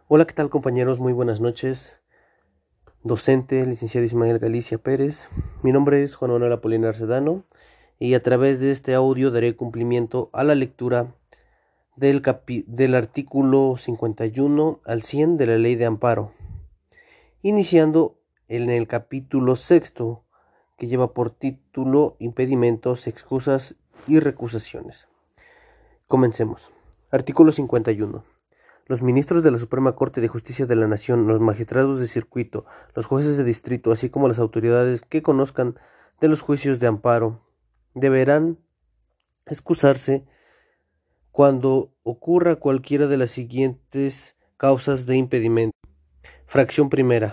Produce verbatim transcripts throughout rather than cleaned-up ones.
Hola, ¿qué tal compañeros? Muy buenas noches. Docente, licenciado Ismael Galicia Pérez. Mi nombre es Juan Manuel Apolinar Sedano y a través de este audio daré cumplimiento a la lectura del, capi del artículo cincuenta y uno al cien de la Ley de Amparo, iniciando en el capítulo sexto, que lleva por título Impedimentos, excusas y recusaciones. Comencemos. Artículo cincuenta y uno. Los ministros de la Suprema Corte de Justicia de la Nación, los magistrados de circuito, los jueces de distrito, así como las autoridades que conozcan de los juicios de amparo, deberán excusarse cuando ocurra cualquiera de las siguientes causas de impedimento. Fracción primera.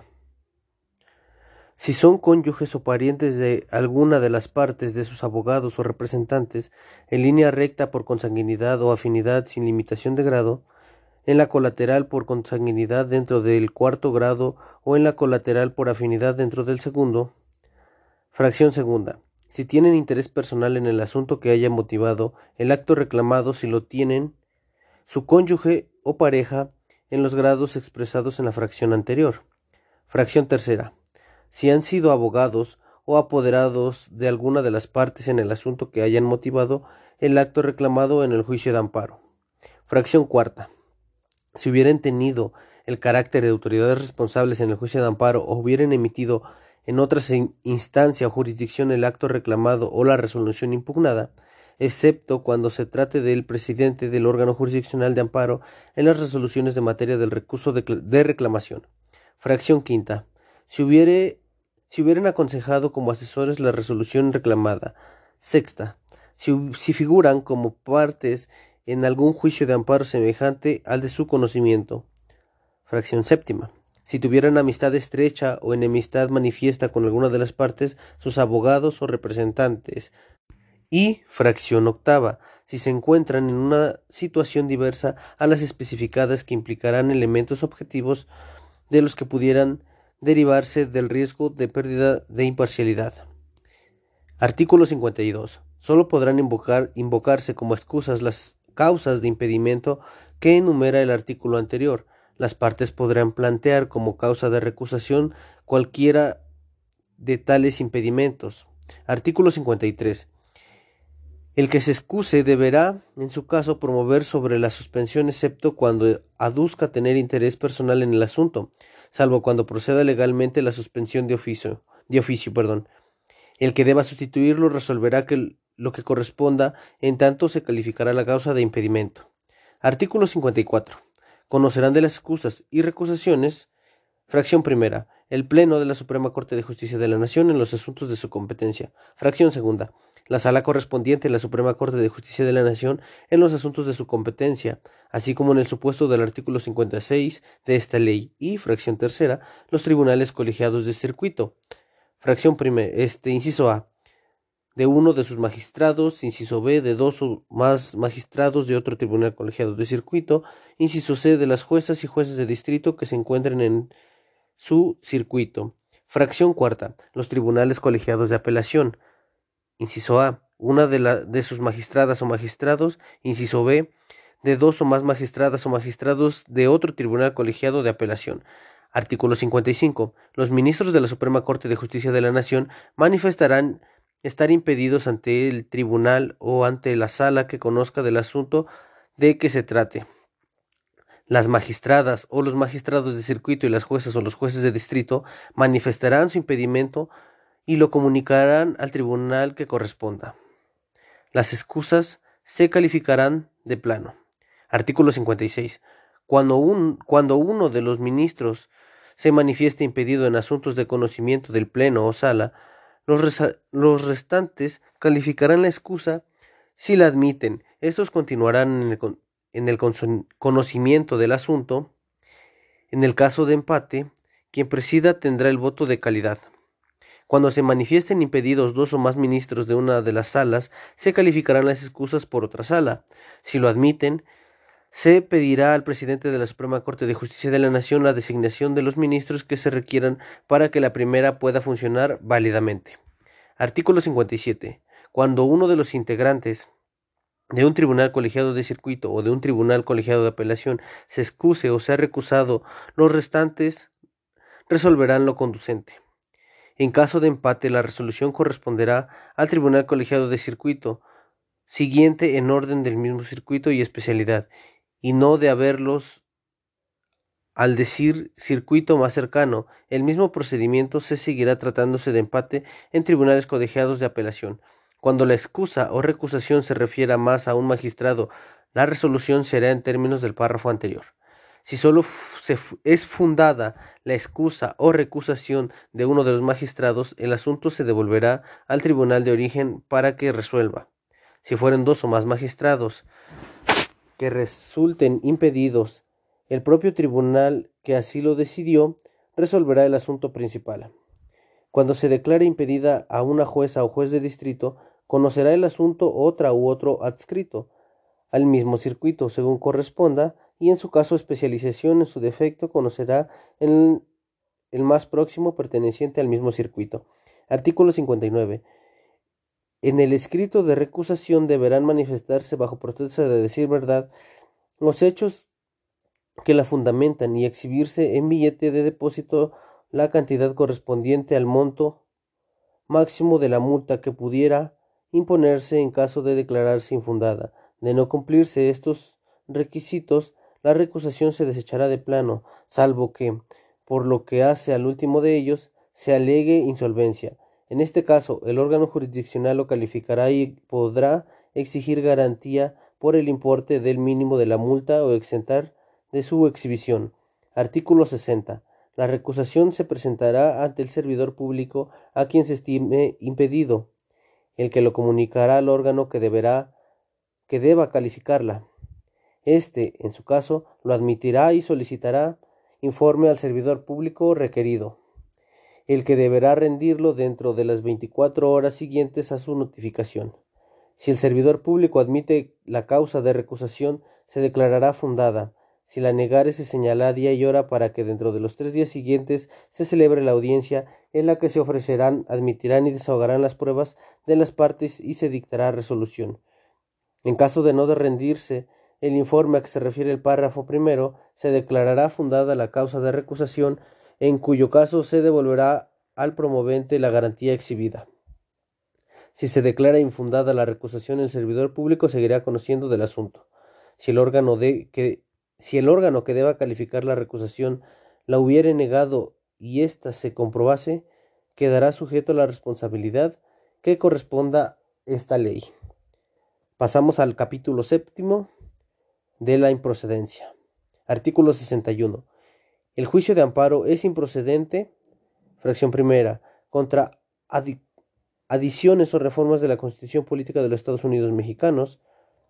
Si son cónyuges o parientes de alguna de las partes de sus abogados o representantes, en línea recta por consanguinidad o afinidad sin limitación de grado, en la colateral por consanguinidad dentro del cuarto grado o en la colateral por afinidad dentro del segundo. Fracción segunda. Si tienen interés personal en el asunto que haya motivado el acto reclamado, si lo tienen su cónyuge o pareja en los grados expresados en la fracción anterior. Fracción tercera. Si han sido abogados o apoderados de alguna de las partes en el asunto que hayan motivado el acto reclamado en el juicio de amparo. Fracción cuarta. Si hubieran tenido el carácter de autoridades responsables en el juicio de amparo o hubieran emitido en otra instancia o jurisdicción el acto reclamado o la resolución impugnada, excepto cuando se trate del presidente del órgano jurisdiccional de amparo en las resoluciones de materia del recurso de, de reclamación. Fracción quinta. Si, hubiere, si hubieran aconsejado como asesores la resolución reclamada. Sexta. Si, si figuran como partes en algún juicio de amparo semejante al de su conocimiento. Fracción séptima. Si tuvieran amistad estrecha o enemistad manifiesta con alguna de las partes, sus abogados o representantes. Y fracción octava. Si se encuentran en una situación diversa a las especificadas que implicarán elementos objetivos de los que pudieran derivarse del riesgo de pérdida de imparcialidad. Artículo cincuenta y dos. Solo podrán invocar, invocarse como excusas las causas de impedimento que enumera el artículo anterior. Las partes podrán plantear como causa de recusación cualquiera de tales impedimentos. Artículo cincuenta y tres. El que se excuse deberá, en su caso, promover sobre la suspensión excepto cuando aduzca tener interés personal en el asunto, salvo cuando proceda legalmente la suspensión de oficio. De oficio perdón. El que deba sustituirlo resolverá que lo que corresponda, en tanto se calificará la causa de impedimento. Artículo cincuenta y cuatro. Conocerán de las excusas y recusaciones. Fracción primera. El Pleno de la Suprema Corte de Justicia de la Nación en los asuntos de su competencia. Fracción segunda. La sala correspondiente en la Suprema Corte de Justicia de la Nación en los asuntos de su competencia, así como en el supuesto del artículo cincuenta y seis de esta ley. Y, fracción tercera, los tribunales colegiados de circuito. Fracción primera. Este, inciso A. De uno de sus magistrados, inciso B, de dos o más magistrados de otro tribunal colegiado de circuito, inciso C, de las juezas y jueces de distrito que se encuentren en su circuito. Fracción cuarta, los tribunales colegiados de apelación, inciso A, una de, la, de sus magistradas o magistrados, inciso B, de dos o más magistradas o magistrados de otro tribunal colegiado de apelación. Artículo cincuenta y cinco. Los ministros de la Suprema Corte de Justicia de la Nación manifestarán estar impedidos ante el tribunal o ante la sala que conozca del asunto de que se trate. Las magistradas o los magistrados de circuito y las juezas o los jueces de distrito manifestarán su impedimento y lo comunicarán al tribunal que corresponda. Las excusas se calificarán de plano. Artículo cincuenta y seis. Cuando, un, cuando uno de los ministros se manifieste impedido en asuntos de conocimiento del pleno o sala, Los, resa- los restantes calificarán la excusa si la admiten. Estos continuarán en el, con- en el conso- conocimiento del asunto. En el caso de empate, quien presida tendrá el voto de calidad. Cuando se manifiesten impedidos dos o más ministros de una de las salas, se calificarán las excusas por otra sala. Si lo admiten, se pedirá al presidente de la Suprema Corte de Justicia de la Nación la designación de los ministros que se requieran para que la primera pueda funcionar válidamente. Artículo cincuenta y siete. Cuando uno de los integrantes de un tribunal colegiado de circuito o de un tribunal colegiado de apelación se excuse o sea recusado, los restantes resolverán lo conducente. En caso de empate, la resolución corresponderá al tribunal colegiado de circuito siguiente en orden del mismo circuito y especialidad, y no de haberlos al decir circuito más cercano. El mismo procedimiento se seguirá tratándose de empate en tribunales colegiados de apelación. Cuando la excusa o recusación se refiera más a un magistrado, la resolución será en términos del párrafo anterior. Si solo se es fundada la excusa o recusación de uno de los magistrados, el asunto se devolverá al tribunal de origen para que resuelva. Si fueren dos o más magistrados que resulten impedidos, el propio tribunal que así lo decidió resolverá el asunto principal. Cuando se declare impedida a una jueza o juez de distrito, conocerá el asunto otra u otro adscrito al mismo circuito, según corresponda, y en su caso especialización, en su defecto, conocerá el, el más próximo perteneciente al mismo circuito. Artículo cincuenta y nueve. En el escrito de recusación deberán manifestarse bajo protesta de decir verdad los hechos que la fundamentan y exhibirse en billete de depósito la cantidad correspondiente al monto máximo de la multa que pudiera imponerse en caso de declararse infundada. De no cumplirse estos requisitos, la recusación se desechará de plano, salvo que, por lo que hace al último de ellos, se alegue insolvencia. En este caso, el órgano jurisdiccional lo calificará y podrá exigir garantía por el importe del mínimo de la multa o exentar de su exhibición. Artículo sesenta. La recusación se presentará ante el servidor público a quien se estime impedido, el que lo comunicará al órgano que deberá que deba calificarla. Este, en su caso, lo admitirá y solicitará informe al servidor público requerido, el que deberá rendirlo dentro de las veinticuatro horas siguientes a su notificación. Si el servidor público admite la causa de recusación, se declarará fundada. Si la negare, se señala día y hora para que dentro de los tres días siguientes se celebre la audiencia en la que se ofrecerán, admitirán y desahogarán las pruebas de las partes y se dictará resolución. En caso de no de rendirse el informe a que se refiere el párrafo primero, se declarará fundada la causa de recusación, en cuyo caso se devolverá al promovente la garantía exhibida. Si se declara infundada la recusación, el servidor público seguirá conociendo del asunto. Si el órgano de que si el órgano que deba calificar la recusación la hubiere negado y ésta se comprobase, quedará sujeto a la responsabilidad que corresponda esta ley. Pasamos al capítulo séptimo de la improcedencia. Artículo sesenta y uno. El juicio de amparo es improcedente, fracción primera, contra adi- adiciones o reformas de la Constitución Política de los Estados Unidos Mexicanos.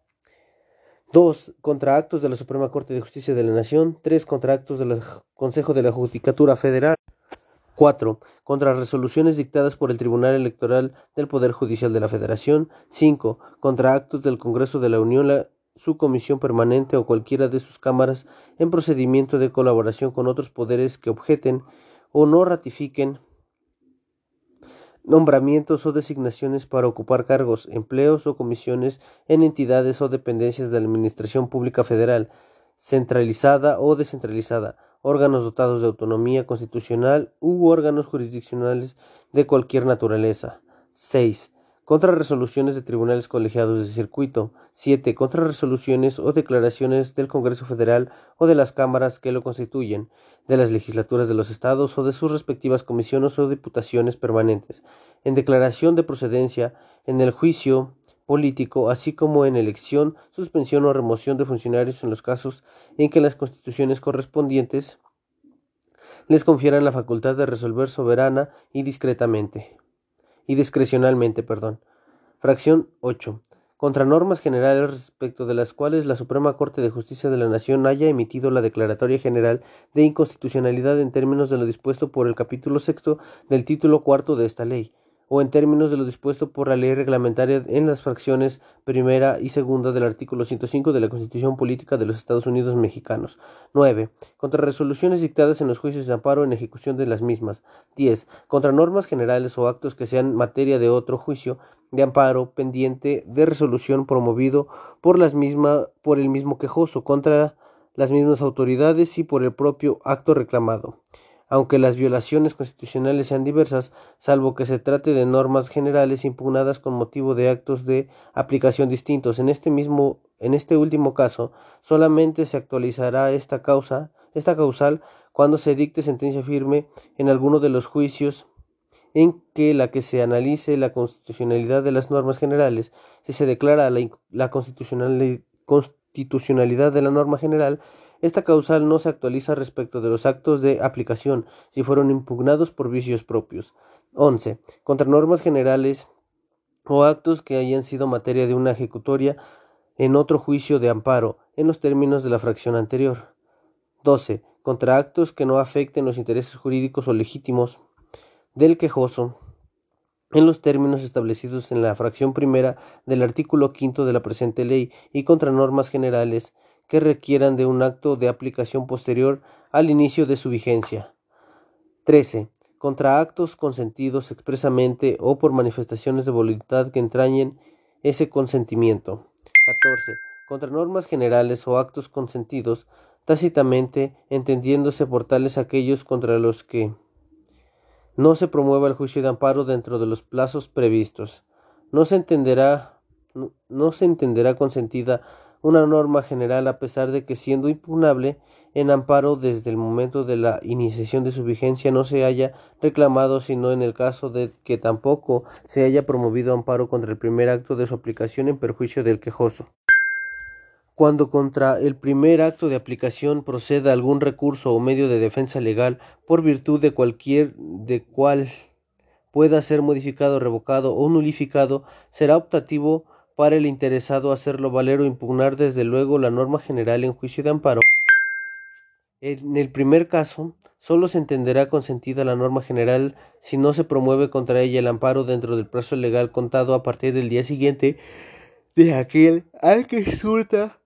dos. Contra actos de la Suprema Corte de Justicia de la Nación. tres. Contra actos del Consejo de la Judicatura Federal. cuatro. Contra resoluciones dictadas por el Tribunal Electoral del Poder Judicial de la Federación. cinco. Contra actos del Congreso de la Unión, la, su comisión permanente o cualquiera de sus cámaras en procedimiento de colaboración con otros poderes que objeten o no ratifiquen nombramientos o designaciones para ocupar cargos, empleos o comisiones en entidades o dependencias de la Administración Pública Federal, centralizada o descentralizada, órganos dotados de autonomía constitucional u órganos jurisdiccionales de cualquier naturaleza. seis. Contra resoluciones de tribunales colegiados de circuito. siete. Contra resoluciones o declaraciones del Congreso Federal o de las cámaras que lo constituyen, de las legislaturas de los estados o de sus respectivas comisiones o diputaciones permanentes, en declaración de procedencia, en el juicio político, así como en elección, suspensión o remoción de funcionarios en los casos en que las constituciones correspondientes les confieran la facultad de resolver soberana y discretamente y discrecionalmente, perdón. Fracción ocho. Contra normas generales respecto de las cuales la Suprema Corte de Justicia de la Nación haya emitido la declaratoria general de inconstitucionalidad en términos de lo dispuesto por el capítulo sexto del título cuarto de esta ley, o en términos de lo dispuesto por la ley reglamentaria en las fracciones primera y segunda del artículo ciento cinco de la Constitución Política de los Estados Unidos Mexicanos. nueve. Contra resoluciones dictadas en los juicios de amparo en ejecución de las mismas. diez. Contra normas generales o actos que sean materia de otro juicio de amparo pendiente de resolución promovido por las mismas, por el mismo quejoso, contra las mismas autoridades y por el propio acto reclamado, aunque las violaciones constitucionales sean diversas, salvo que se trate de normas generales impugnadas con motivo de actos de aplicación distintos. En este mismo, en este último caso, solamente se actualizará esta causa, esta causal cuando se dicte sentencia firme en alguno de los juicios en que la que se analice la constitucionalidad de las normas generales. Si se declara la, la constitucionalidad, constitucionalidad de la norma general, esta causal no se actualiza respecto de los actos de aplicación, si fueron impugnados por vicios propios. once. Contra normas generales o actos que hayan sido materia de una ejecutoria en otro juicio de amparo, en los términos de la fracción anterior. doce. Contra actos que no afecten los intereses jurídicos o legítimos del quejoso, en los términos establecidos en la fracción primera del artículo quinto de la presente ley, y contra normas generales que requieran de un acto de aplicación posterior al inicio de su vigencia. trece. Contra actos consentidos expresamente o por manifestaciones de voluntad que entrañen ese consentimiento. catorce. Contra normas generales o actos consentidos tácitamente, entendiéndose por tales aquellos contra los que no se promueva el juicio de amparo dentro de los plazos previstos. No se entenderá, no, no se entenderá consentida una norma general a pesar de que, siendo impugnable en amparo desde el momento de la iniciación de su vigencia, no se haya reclamado, sino en el caso de que tampoco se haya promovido amparo contra el primer acto de su aplicación en perjuicio del quejoso. Cuando contra el primer acto de aplicación proceda algún recurso o medio de defensa legal, por virtud de cualquier de cual pueda ser modificado, revocado o nulificado, será optativo para el interesado hacerlo valer o impugnar desde luego la norma general en juicio de amparo. En el primer caso, solo se entenderá consentida la norma general si no se promueve contra ella el amparo dentro del plazo legal contado a partir del día siguiente de aquel al que surta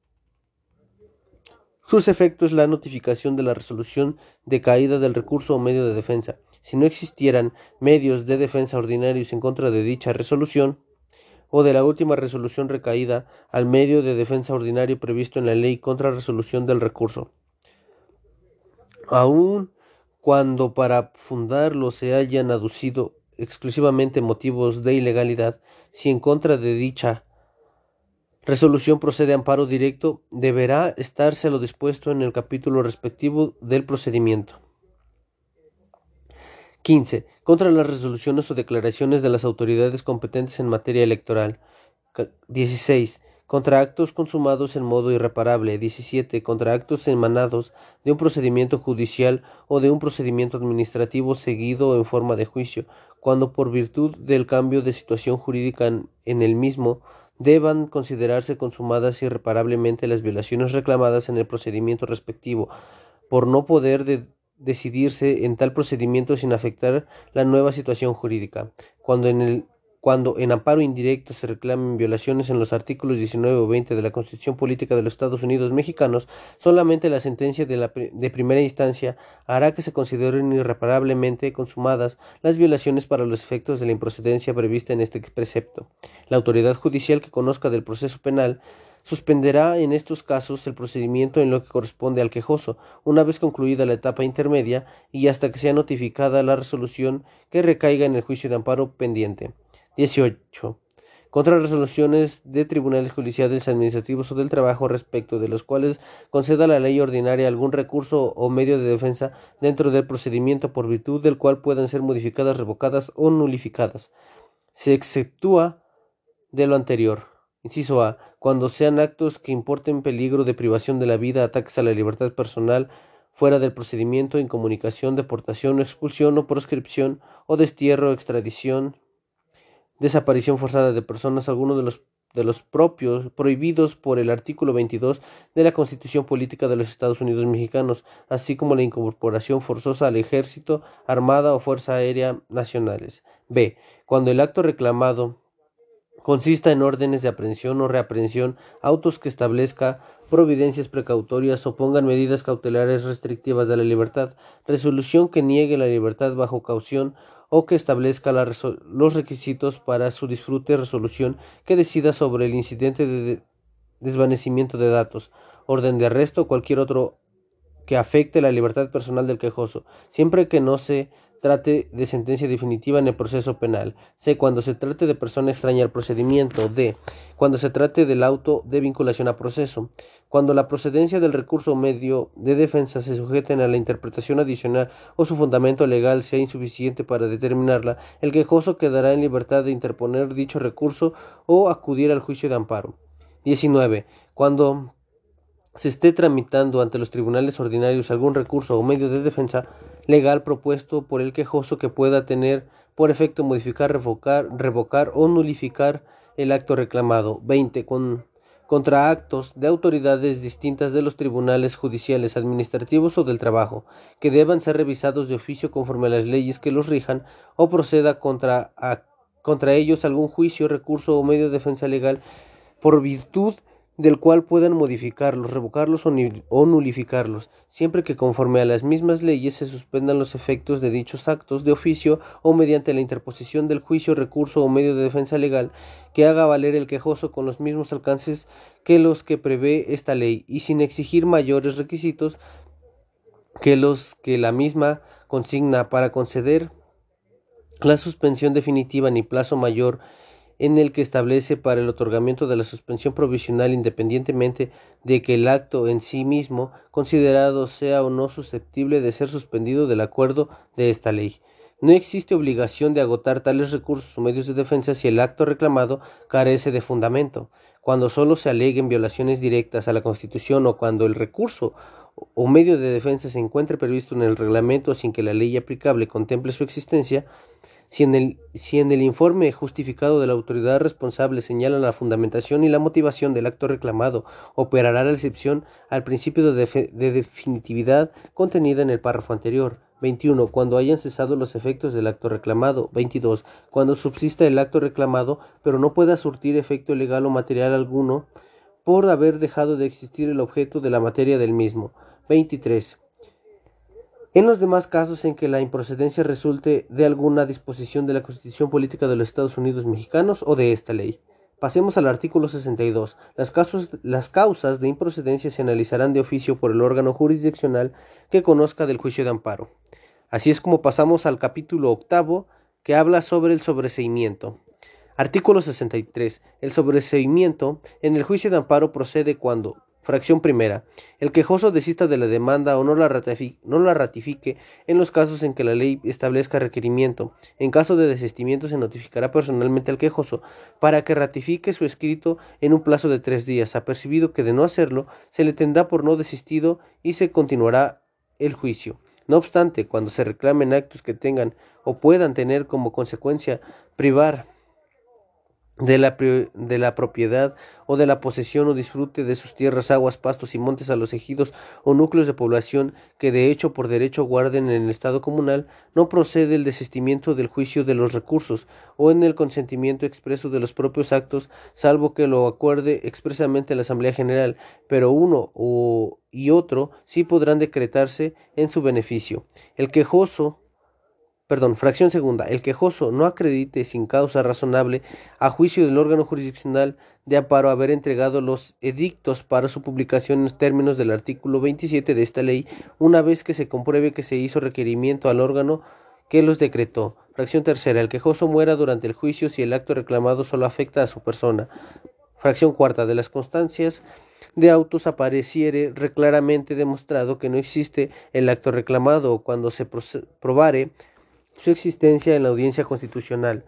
sus efectos la notificación de la resolución de caída del recurso o medio de defensa. Si no existieran medios de defensa ordinarios en contra de dicha resolución, o de la última resolución recaída al medio de defensa ordinario previsto en la ley contra resolución del recurso, aun cuando para fundarlo se hayan aducido exclusivamente motivos de ilegalidad, si en contra de dicha resolución procede amparo directo, deberá estarse a lo dispuesto en el capítulo respectivo del procedimiento. quince. Contra las resoluciones o declaraciones de las autoridades competentes en materia electoral. dieciséis. Contra actos consumados en modo irreparable. diecisiete. Contra actos emanados de un procedimiento judicial o de un procedimiento administrativo seguido en forma de juicio, cuando por virtud del cambio de situación jurídica en el mismo deban considerarse consumadas irreparablemente las violaciones reclamadas en el procedimiento respectivo, por no poder de decidirse en tal procedimiento sin afectar la nueva situación jurídica. Cuando en el cuando en amparo indirecto se reclamen violaciones en los artículos diecinueve o veinte de la Constitución Política de los Estados Unidos Mexicanos, solamente la sentencia de, la, de primera instancia hará que se consideren irreparablemente consumadas las violaciones para los efectos de la improcedencia prevista en este precepto. La autoridad judicial que conozca del proceso penal suspenderá en estos casos el procedimiento en lo que corresponde al quejoso, una vez concluida la etapa intermedia y hasta que sea notificada la resolución que recaiga en el juicio de amparo pendiente. dieciocho. Contra resoluciones de tribunales judiciales, administrativos o del trabajo respecto de los cuales conceda la ley ordinaria algún recurso o medio de defensa dentro del procedimiento por virtud del cual puedan ser modificadas, revocadas o nulificadas. Se exceptúa de lo anterior. Inciso A. Cuando sean actos que importen peligro de privación de la vida, ataques a la libertad personal, fuera del procedimiento, incomunicación, deportación, expulsión o proscripción o destierro, extradición, desaparición forzada de personas, alguno de los de los propios prohibidos por el artículo veintidós de la Constitución Política de los Estados Unidos Mexicanos, así como la incorporación forzosa al Ejército, Armada o Fuerza Aérea Nacionales. B. Cuando el acto reclamado consista en órdenes de aprehensión o reaprehensión, autos que establezca providencias precautorias o pongan medidas cautelares restrictivas de la libertad, resolución que niegue la libertad bajo caución o que establezca la los requisitos para su disfrute, resolución que decida sobre el incidente de, de desvanecimiento de datos, orden de arresto o cualquier otro que afecte la libertad personal del quejoso, siempre que no se trate de sentencia definitiva en el proceso penal. C. Cuando se trate de persona extraña al procedimiento. D. Cuando se trate del auto de vinculación a proceso. Cuando la procedencia del recurso o medio de defensa se sujeten a la interpretación adicional o su fundamento legal sea insuficiente para determinarla, el quejoso quedará en libertad de interponer dicho recurso o acudir al juicio de amparo. diecinueve. Cuando se esté tramitando ante los tribunales ordinarios algún recurso o medio de defensa legal propuesto por el quejoso que pueda tener por efecto modificar, revocar, revocar o nulificar el acto reclamado. veinte. Con, contra actos de autoridades distintas de los tribunales judiciales, administrativos o del trabajo, que deban ser revisados de oficio conforme a las leyes que los rijan, o proceda contra, a, contra ellos algún juicio, recurso o medio de defensa legal por virtud del cual puedan modificarlos, revocarlos o nulificarlos, siempre que conforme a las mismas leyes se suspendan los efectos de dichos actos de oficio o mediante la interposición del juicio, recurso o medio de defensa legal que haga valer el quejoso con los mismos alcances que los que prevé esta ley y sin exigir mayores requisitos que los que la misma consigna para conceder la suspensión definitiva ni plazo mayor en el que establece para el otorgamiento de la suspensión provisional independientemente de que el acto en sí mismo considerado sea o no susceptible de ser suspendido del acuerdo de esta ley. No existe obligación de agotar tales recursos o medios de defensa si el acto reclamado carece de fundamento, cuando solo se aleguen violaciones directas a la Constitución o cuando el recurso o medio de defensa se encuentre previsto en el reglamento sin que la ley aplicable contemple su existencia. Si en, el, si en el informe justificado de la autoridad responsable señala la fundamentación y la motivación del acto reclamado, operará la excepción al principio de, def de definitividad contenida en el párrafo anterior. veintiuno. Cuando hayan cesado los efectos del acto reclamado. veintidós. Cuando subsista el acto reclamado, pero no pueda surtir efecto legal o material alguno por haber dejado de existir el objeto de la materia del mismo. veintitrés. En los demás casos en que la improcedencia resulte de alguna disposición de la Constitución Política de los Estados Unidos Mexicanos o de esta ley. Pasemos al artículo sesenta y dos. Las, casos, las causas de improcedencia se analizarán de oficio por el órgano jurisdiccional que conozca del juicio de amparo. Así es como pasamos al capítulo octavo, que habla sobre el sobreseimiento. Artículo sesenta y tres. El sobreseimiento en el juicio de amparo procede cuando: fracción primera. El quejoso desista de la demanda o no la, ratifique, no la ratifique en los casos en que la ley establezca requerimiento. En caso de desistimiento se notificará personalmente al quejoso para que ratifique su escrito en un plazo de tres días. Apercibido que de no hacerlo, se le tendrá por no desistido y se continuará el juicio. No obstante, cuando se reclamen actos que tengan o puedan tener como consecuencia privar De la, de la propiedad o de la posesión o disfrute de sus tierras, aguas, pastos y montes a los ejidos o núcleos de población que de hecho por derecho guarden en el estado comunal, no procede el desistimiento del juicio de los recursos o en el consentimiento expreso de los propios actos, salvo que lo acuerde expresamente la Asamblea General, pero uno o, y otro sí podrán decretarse en su beneficio. El quejoso Perdón, fracción segunda. El quejoso no acredite sin causa razonable a juicio del órgano jurisdiccional de amparo haber entregado los edictos para su publicación en los términos del artículo veintisiete de esta ley, una vez que se compruebe que se hizo requerimiento al órgano que los decretó. Fracción tercera. El quejoso muera durante el juicio si el acto reclamado solo afecta a su persona. Fracción cuarta. De las constancias de autos apareciere claramente demostrado que no existe el acto reclamado o cuando se probare su existencia en la audiencia constitucional.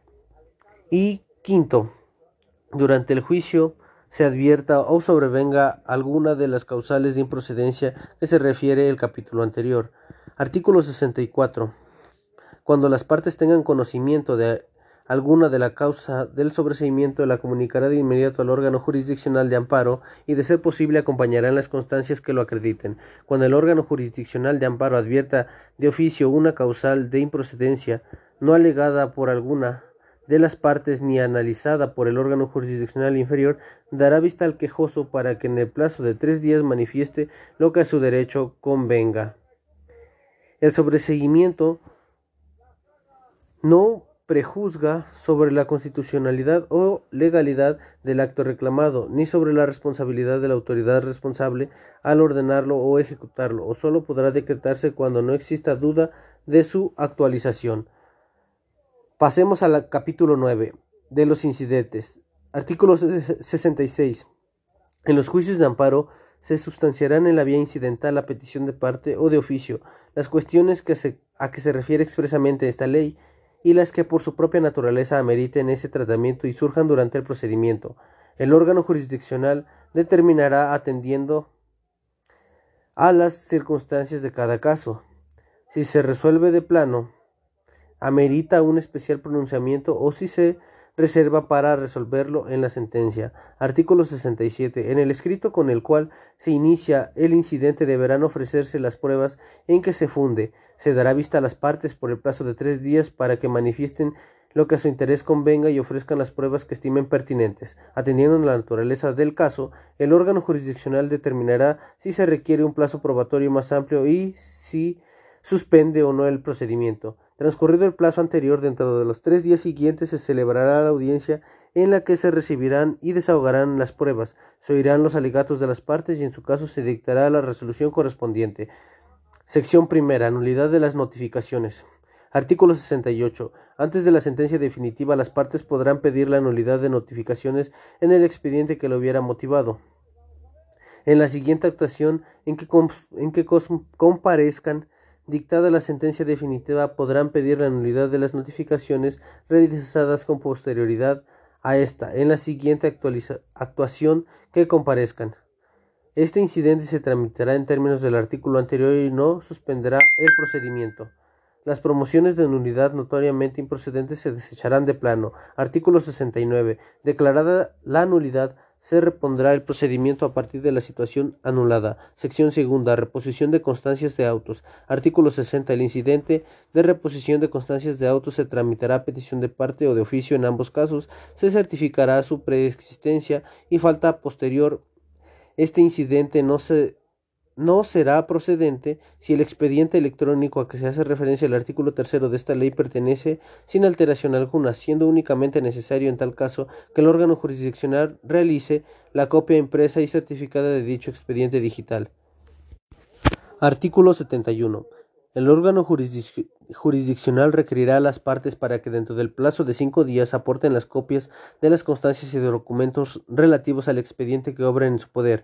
Y quinto, durante el juicio se advierta o sobrevenga alguna de las causales de improcedencia que se refiere el capítulo anterior. Artículo sesenta y cuatro. Cuando las partes tengan conocimiento de alguna de la causa del sobreseimiento, la comunicará de inmediato al órgano jurisdiccional de amparo y, de ser posible, acompañará en las constancias que lo acrediten. Cuando el órgano jurisdiccional de amparo advierta de oficio una causal de improcedencia no alegada por alguna de las partes ni analizada por el órgano jurisdiccional inferior, dará vista al quejoso para que en el plazo de tres días manifieste lo que a su derecho convenga. El sobreseimiento no prejuzga sobre la constitucionalidad o legalidad del acto reclamado, ni sobre la responsabilidad de la autoridad responsable al ordenarlo o ejecutarlo, o solo podrá decretarse cuando no exista duda de su actualización. Pasemos al capítulo nueve de los incidentes. Artículo sesenta y seis. En los juicios de amparo se sustanciarán en la vía incidental a petición de parte o de oficio las cuestiones que se, a que se refiere expresamente esta ley y las que por su propia naturaleza ameriten ese tratamiento y surjan durante el procedimiento. El órgano jurisdiccional determinará atendiendo a las circunstancias de cada caso. Si se resuelve de plano, amerita un especial pronunciamiento o si se reserva para resolverlo en la sentencia. Artículo sesenta y siete. En el escrito con el cual se inicia el incidente deberán ofrecerse las pruebas en que se funde. Se dará vista a las partes por el plazo de tres días para que manifiesten lo que a su interés convenga y ofrezcan las pruebas que estimen pertinentes. Atendiendo a la naturaleza del caso, el órgano jurisdiccional determinará si se requiere un plazo probatorio más amplio y si suspende o no el procedimiento. Transcurrido el plazo anterior, dentro de los tres días siguientes se celebrará la audiencia en la que se recibirán y desahogarán las pruebas, se oirán los alegatos de las partes y en su caso se dictará la resolución correspondiente. Sección primera. Nulidad de las notificaciones. Artículo sesenta y ocho. Antes de la sentencia definitiva, las partes podrán pedir la nulidad de notificaciones en el expediente que lo hubiera motivado. En la siguiente actuación en que, en que comparezcan, dictada la sentencia definitiva, podrán pedir la nulidad de las notificaciones realizadas con posterioridad a esta, en la siguiente actuación que comparezcan. Este incidente se tramitará en términos del artículo anterior y no suspenderá el procedimiento. Las promociones de nulidad notoriamente improcedentes se desecharán de plano. Artículo sesenta y nueve. Declarada la nulidad, se repondrá el procedimiento a partir de la situación anulada. Sección segunda. Reposición de constancias de autos. Artículo sesenta. El incidente de reposición de constancias de autos se tramitará a petición de parte o de oficio. En ambos casos se certificará su preexistencia y falta posterior. Este incidente no se no será procedente si el expediente electrónico a que se hace referencia el artículo tercero de esta ley pertenece sin alteración alguna, siendo únicamente necesario en tal caso que el órgano jurisdiccional realice la copia impresa y certificada de dicho expediente digital. Artículo setenta y uno. El órgano jurisdic- jurisdiccional requerirá a las partes para que dentro del plazo de cinco días aporten las copias de las constancias y de documentos relativos al expediente que obren en su poder.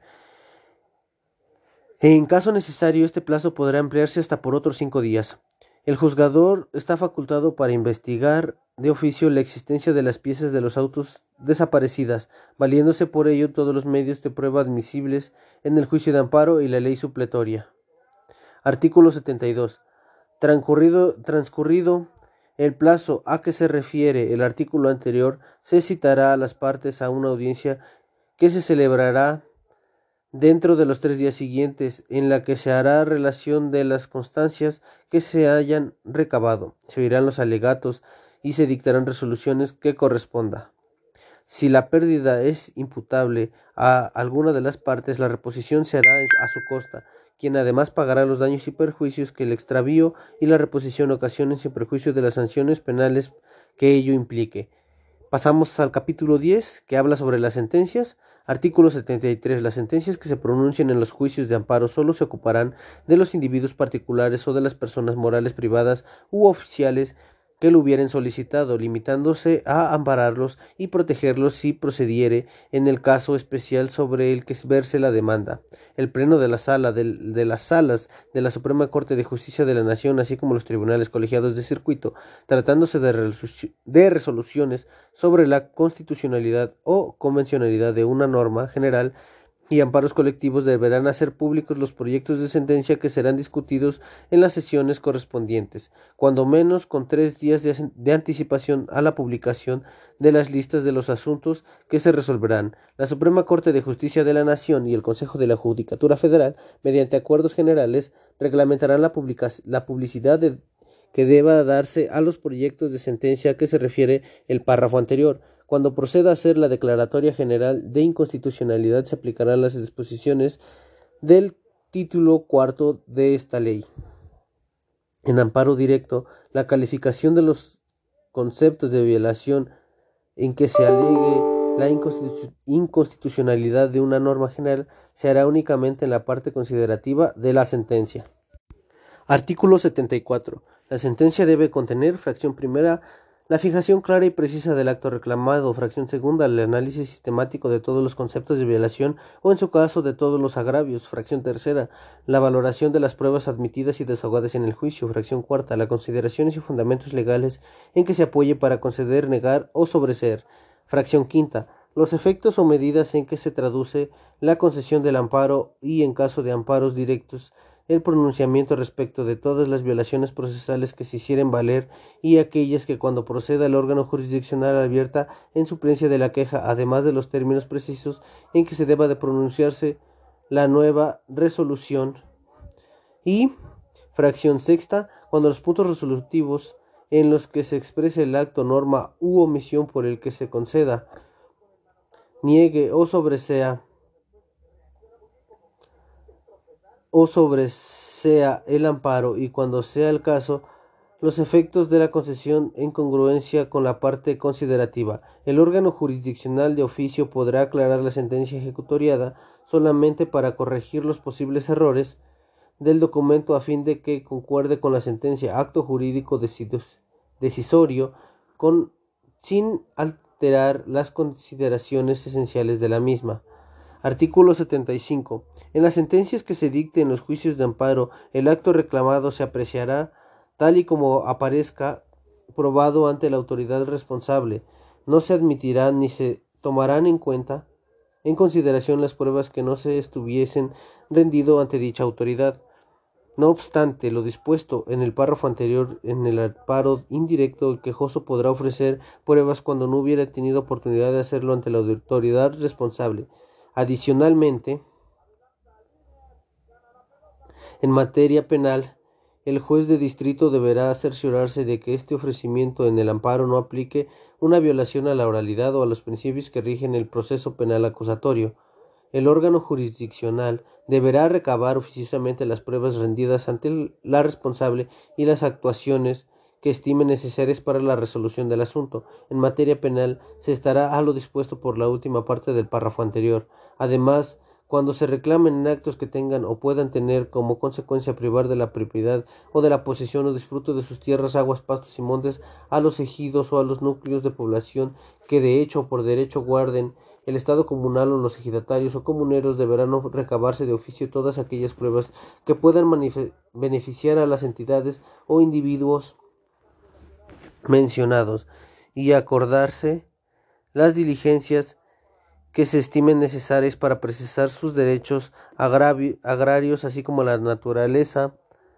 En caso necesario, este plazo podrá ampliarse hasta por otros cinco días. El juzgador está facultado para investigar de oficio la existencia de las piezas de los autos desaparecidas, valiéndose por ello todos los medios de prueba admisibles en el juicio de amparo y la ley supletoria. Artículo setenta y dos. Transcurrido, transcurrido el plazo a que se refiere el artículo anterior, se citará a las partes a una audiencia que se celebrará dentro de los tres días siguientes, en la que se hará relación de las constancias que se hayan recabado. Se oirán los alegatos y se dictarán resoluciones que corresponda. Si la pérdida es imputable a alguna de las partes, la reposición se hará a su costa, quien además pagará los daños y perjuicios que el extravío y la reposición ocasionen sin perjuicio de las sanciones penales que ello implique. Pasamos al capítulo diez, que habla sobre las sentencias. Artículo setenta y tres. Las sentencias que se pronuncien en los juicios de amparo solo se ocuparán de los individuos particulares o de las personas morales privadas u oficiales que lo hubieren solicitado, limitándose a ampararlos y protegerlos si procediere en el caso especial sobre el que verse la demanda. El Pleno de la Sala de, de las Salas de la Suprema Corte de Justicia de la Nación, así como los tribunales colegiados de circuito, tratándose de, resolu- de resoluciones sobre la constitucionalidad o convencionalidad de una norma general, y amparos colectivos deberán hacer públicos los proyectos de sentencia que serán discutidos en las sesiones correspondientes, cuando menos con tres días de, de anticipación a la publicación de las listas de los asuntos que se resolverán. La Suprema Corte de Justicia de la Nación y el Consejo de la Judicatura Federal, mediante acuerdos generales, reglamentarán la, la publicidad de, que deba darse a los proyectos de sentencia a que se refiere el párrafo anterior. Cuando proceda a hacer la declaratoria general de inconstitucionalidad, se aplicarán las disposiciones del título cuarto de esta ley. En amparo directo, la calificación de los conceptos de violación en que se alegue la inconstitu- inconstitucionalidad de una norma general se hará únicamente en la parte considerativa de la sentencia. Artículo setenta y cuatro. La sentencia debe contener, fracción primera, la fijación clara y precisa del acto reclamado, fracción segunda, el análisis sistemático de todos los conceptos de violación o en su caso de todos los agravios, fracción tercera, la valoración de las pruebas admitidas y desahogadas en el juicio, fracción cuarta, las consideraciones y fundamentos legales en que se apoye para conceder, negar o sobreseer, fracción quinta, los efectos o medidas en que se traduce la concesión del amparo y en caso de amparos directos, el pronunciamiento respecto de todas las violaciones procesales que se hicieren valer y aquellas que cuando proceda el órgano jurisdiccional advierta en suplencia de la queja, además de los términos precisos en que se deba de pronunciarse la nueva resolución. Y, fracción sexta, cuando los puntos resolutivos en los que se exprese el acto, norma u omisión por el que se conceda, niegue o sobresea o sobresea el amparo y cuando sea el caso, los efectos de la concesión en congruencia con la parte considerativa. El órgano jurisdiccional de oficio podrá aclarar la sentencia ejecutoriada solamente para corregir los posibles errores del documento a fin de que concuerde con la sentencia, acto jurídico decisorio, con, sin alterar las consideraciones esenciales de la misma. Artículo setenta y cinco. En las sentencias que se dicten en los juicios de amparo, el acto reclamado se apreciará tal y como aparezca probado ante la autoridad responsable. No se admitirán ni se tomarán en cuenta en consideración las pruebas que no se estuviesen rendido ante dicha autoridad. No obstante, lo dispuesto en el párrafo anterior, en el amparo indirecto, el quejoso podrá ofrecer pruebas cuando no hubiera tenido oportunidad de hacerlo ante la autoridad responsable. Adicionalmente, en materia penal, el juez de distrito deberá cerciorarse de que este ofrecimiento en el amparo no aplique una violación a la oralidad o a los principios que rigen el proceso penal acusatorio. El órgano jurisdiccional deberá recabar oficiosamente las pruebas rendidas ante la responsable y las actuaciones que estime necesarias para la resolución del asunto. En materia penal, se estará a lo dispuesto por la última parte del párrafo anterior. Además, cuando se reclamen actos que tengan o puedan tener como consecuencia privar de la propiedad o de la posesión o disfrute de sus tierras, aguas, pastos y montes a los ejidos o a los núcleos de población que de hecho o por derecho guarden, el Estado comunal o los ejidatarios o comuneros deberán recabarse de oficio todas aquellas pruebas que puedan beneficiar a las entidades o individuos mencionados y acordarse las diligencias que se estimen necesarias para precisar sus derechos agrarios, así como la naturaleza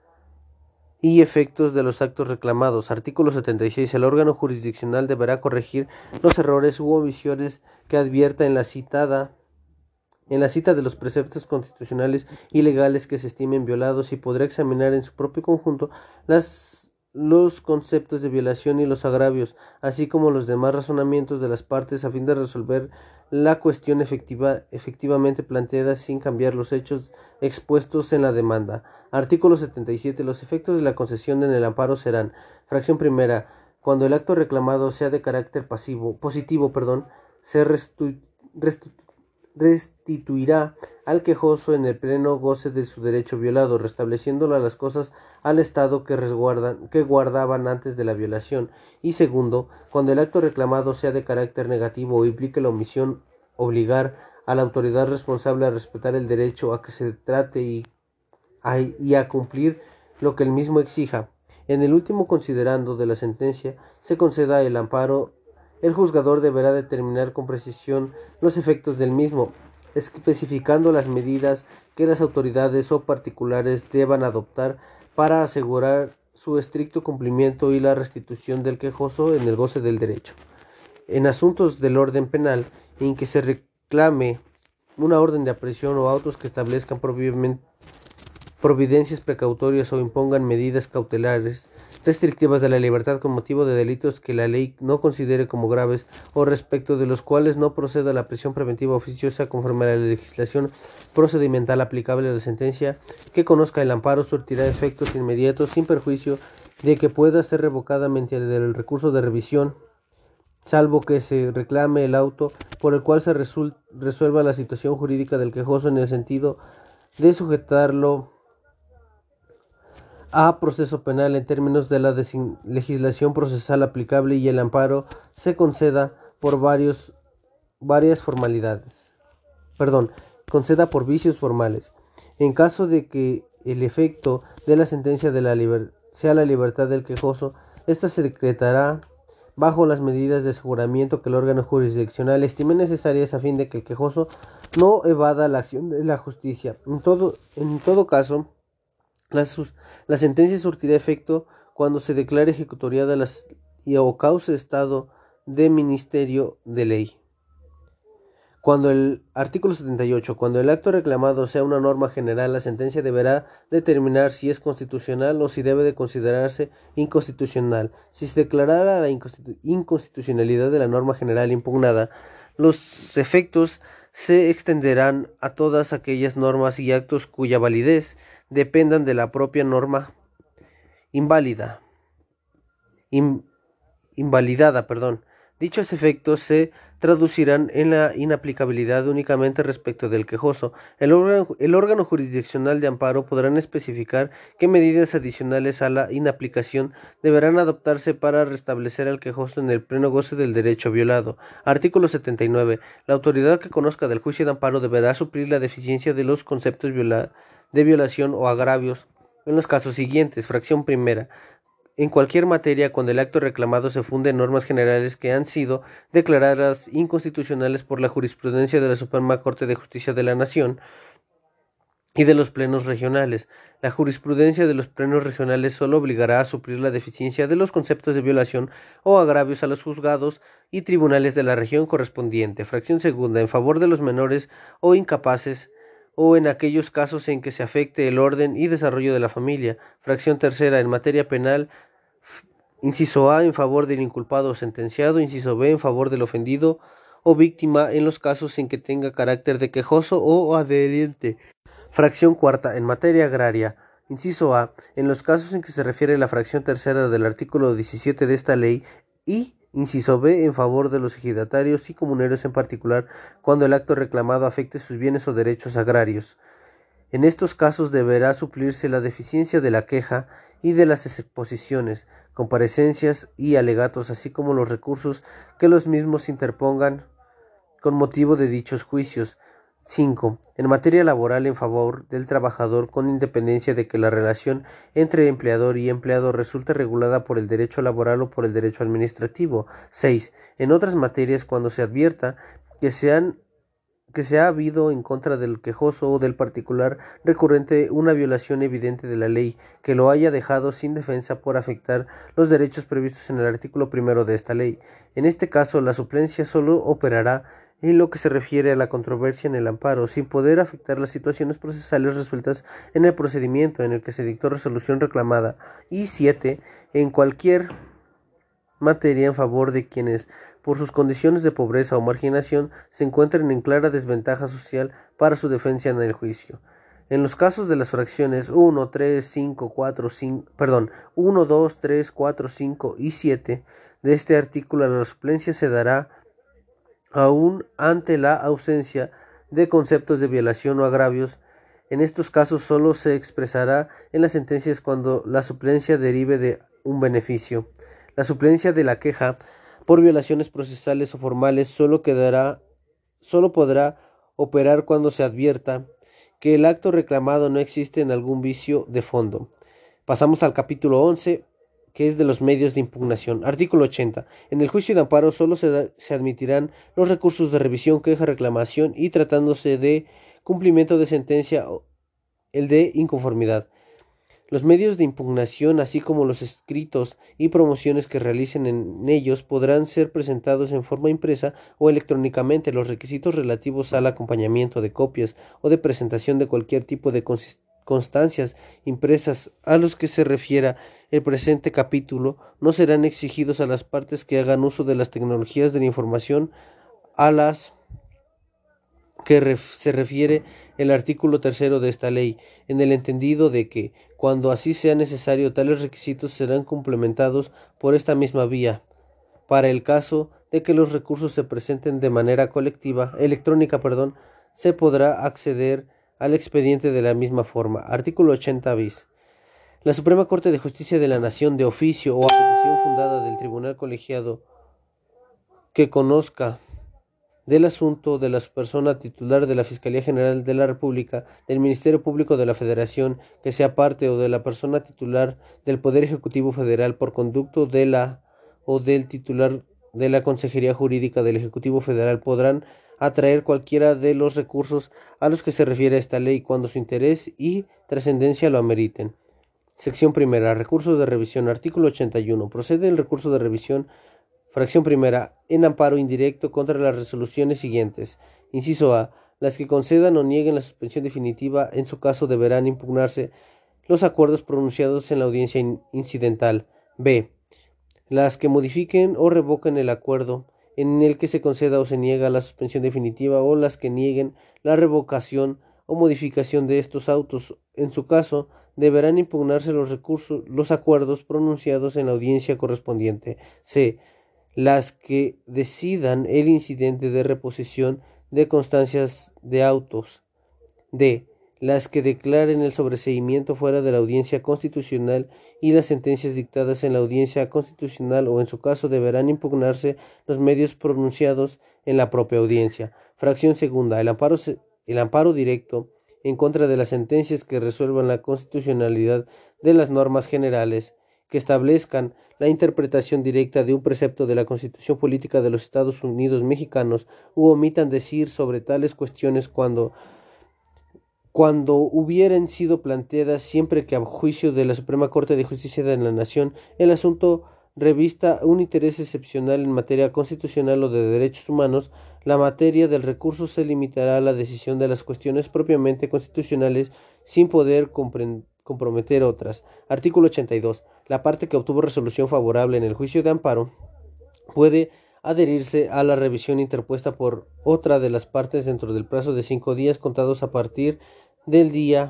y efectos de los actos reclamados. Artículo setenta y seis. El órgano jurisdiccional deberá corregir los errores u omisiones que advierta en la citada en la cita de los preceptos constitucionales y legales que se estimen violados y podrá examinar en su propio conjunto las los conceptos de violación y los agravios, así como los demás razonamientos de las partes a fin de resolver la cuestión efectiva, efectivamente planteada sin cambiar los hechos expuestos en la demanda. Artículo setenta y siete. Los efectos de la concesión en el amparo serán: fracción primera, cuando el acto reclamado sea de carácter pasivo, positivo, perdón, se restu, restu, restituirá al quejoso en el pleno goce de su derecho violado, restableciéndole las cosas al estado que resguardan, que guardaban antes de la violación. Y segundo, cuando el acto reclamado sea de carácter negativo o implique la omisión, obligar a la autoridad responsable a respetar el derecho a que se trate y a, y a cumplir lo que el mismo exija. En el último considerando de la sentencia se conceda el amparo, el juzgador deberá determinar con precisión los efectos del mismo, especificando las medidas que las autoridades o particulares deban adoptar para asegurar su estricto cumplimiento y la restitución del quejoso en el goce del derecho. En asuntos del orden penal en que se reclame una orden de aprehensión o autos que establezcan providencias precautorias o impongan medidas cautelares restrictivas de la libertad con motivo de delitos que la ley no considere como graves o respecto de los cuales no proceda la prisión preventiva oficiosa conforme a la legislación procedimental aplicable a la sentencia que conozca el amparo, surtirá efectos inmediatos sin perjuicio de que pueda ser revocada mediante el recurso de revisión, salvo que se reclame el auto por el cual se resuelva la situación jurídica del quejoso en el sentido de sujetarlo a proceso penal en términos de la legislación procesal aplicable y el amparo se conceda por varios, varias formalidades, perdón, conceda por vicios formales. En caso de que el efecto de la sentencia de la liber, sea la libertad del quejoso, esta se decretará bajo las medidas de aseguramiento que el órgano jurisdiccional estime necesarias a fin de que el quejoso no evada la acción de la justicia. En todo, en todo caso, La, la sentencia surtirá efecto cuando se declare ejecutoriada las, y o cause estado de ministerio de ley. Cuando el artículo setenta y ocho, cuando el acto reclamado sea una norma general, la sentencia deberá determinar si es constitucional o si debe de considerarse inconstitucional. Si se declarara la inconstitu inconstitucionalidad de la norma general impugnada, los efectos se extenderán a todas aquellas normas y actos cuya validez dependan de la propia norma inválida, in, invalidada, perdón. Dichos efectos se traducirán en la inaplicabilidad únicamente respecto del quejoso. El órgano, el órgano jurisdiccional de amparo podrán especificar qué medidas adicionales a la inaplicación deberán adoptarse para restablecer al quejoso en el pleno goce del derecho violado. Artículo setenta y nueve. La autoridad que conozca del juicio de amparo deberá suplir la deficiencia de los conceptos violados de violación o agravios en los casos siguientes. Fracción primera. En cualquier materia cuando el acto reclamado se funde en normas generales que han sido declaradas inconstitucionales por la jurisprudencia de la Suprema Corte de Justicia de la Nación y de los plenos regionales. La jurisprudencia de los plenos regionales solo obligará a suplir la deficiencia de los conceptos de violación o agravios a los juzgados y tribunales de la región correspondiente. Fracción segunda. En favor de los menores o incapaces o en aquellos casos en que se afecte el orden y desarrollo de la familia. Fracción tercera. En materia penal, inciso A, en favor del inculpado o sentenciado. Inciso B, en favor del ofendido o víctima en los casos en que tenga carácter de quejoso o adherente. Fracción cuarta. En materia agraria, inciso A, en los casos en que se refiere la fracción tercera del artículo diecisiete de esta ley y inciso B, en favor de los ejidatarios y comuneros en particular, cuando el acto reclamado afecte sus bienes o derechos agrarios. En estos casos deberá suplirse la deficiencia de la queja y de las exposiciones, comparecencias y alegatos, así como los recursos que los mismos interpongan con motivo de dichos juicios. cinco. En materia laboral, en favor del trabajador, con independencia de que la relación entre empleador y empleado resulte regulada por el derecho laboral o por el derecho administrativo. seis. En otras materias, cuando se advierta que se han que se ha habido en contra del quejoso o del particular recurrente una violación evidente de la ley que lo haya dejado sin defensa por afectar los derechos previstos en el artículo primero de esta ley. En este caso, la suplencia solo operará en lo que se refiere a la controversia en el amparo, sin poder afectar las situaciones procesales resueltas en el procedimiento en el que se dictó resolución reclamada. Y siete. En cualquier materia en favor de quienes, por sus condiciones de pobreza o marginación, se encuentren en clara desventaja social para su defensa en el juicio. En los casos de las fracciones uno, tres, cinco, cuatro, cinco, perdón, uno, dos, tres, cuatro, cinco y siete de este artículo, la suplencia se dará aún ante la ausencia de conceptos de violación o agravios. En estos casos solo se expresará en las sentencias cuando la suplencia derive de un beneficio. La suplencia de la queja por violaciones procesales o formales solo quedará, solo podrá operar cuando se advierta que el acto reclamado no existe en algún vicio de fondo. Pasamos al capítulo once, que es de los medios de impugnación. Artículo ochenta. En el juicio de amparo solo se, da, se admitirán los recursos de revisión, queja, reclamación y tratándose de cumplimiento de sentencia, el de inconformidad. Los medios de impugnación, así como los escritos y promociones que realicen en ellos, podrán ser presentados en forma impresa o electrónicamente. Los requisitos relativos al acompañamiento de copias o de presentación de cualquier tipo de constancias impresas a los que se refiera el presente capítulo no serán exigidos a las partes que hagan uso de las tecnologías de la información a las que ref se refiere el artículo tercero de esta ley, en el entendido de que, cuando así sea necesario, tales requisitos serán complementados por esta misma vía, para el caso de que los recursos se presenten de manera colectiva, electrónica, perdón, se podrá acceder al expediente de la misma forma. Artículo ochenta bis. La Suprema Corte de Justicia de la Nación, de oficio o a petición fundada del tribunal colegiado que conozca del asunto de la persona titular de la Fiscalía General de la República, del Ministerio Público de la Federación, que sea parte, o de la persona titular del Poder Ejecutivo Federal por conducto de la o del titular de la Consejería Jurídica del Ejecutivo Federal, podrán atraer cualquiera de los recursos a los que se refiere esta ley cuando su interés y trascendencia lo ameriten. Sección primera. Recursos de revisión. Artículo ochenta y uno. Procede el recurso de revisión, fracción primera, en amparo indirecto contra las resoluciones siguientes. Inciso A. Las que concedan o nieguen la suspensión definitiva. En su caso deberán impugnarse los acuerdos pronunciados en la audiencia in incidental. B. Las que modifiquen o revoquen el acuerdo en el que se conceda o se niega la suspensión definitiva, o las que nieguen la revocación o modificación de estos autos. En su caso deberán impugnarse los recursos, los acuerdos pronunciados en la audiencia correspondiente. C. Las que decidan el incidente de reposición de constancias de autos. D. Las que declaren el sobreseimiento fuera de la audiencia constitucional y las sentencias dictadas en la audiencia constitucional, o en su caso deberán impugnarse los medios pronunciados en la propia audiencia. Fracción segunda. El amparo, el amparo directo en contra de las sentencias que resuelvan la constitucionalidad de las normas generales que establezcan la interpretación directa de un precepto de la Constitución Política de los Estados Unidos Mexicanos, u omitan decir sobre tales cuestiones cuando cuando hubieran sido planteadas, siempre que a juicio de la Suprema Corte de Justicia de la Nación el asunto revista un interés excepcional en materia constitucional o de derechos humanos. La materia del recurso se limitará a la decisión de las cuestiones propiamente constitucionales, sin poder comprometer otras. Artículo ochenta y dos. La parte que obtuvo resolución favorable en el juicio de amparo puede adherirse a la revisión interpuesta por otra de las partes dentro del plazo de cinco días contados a partir del día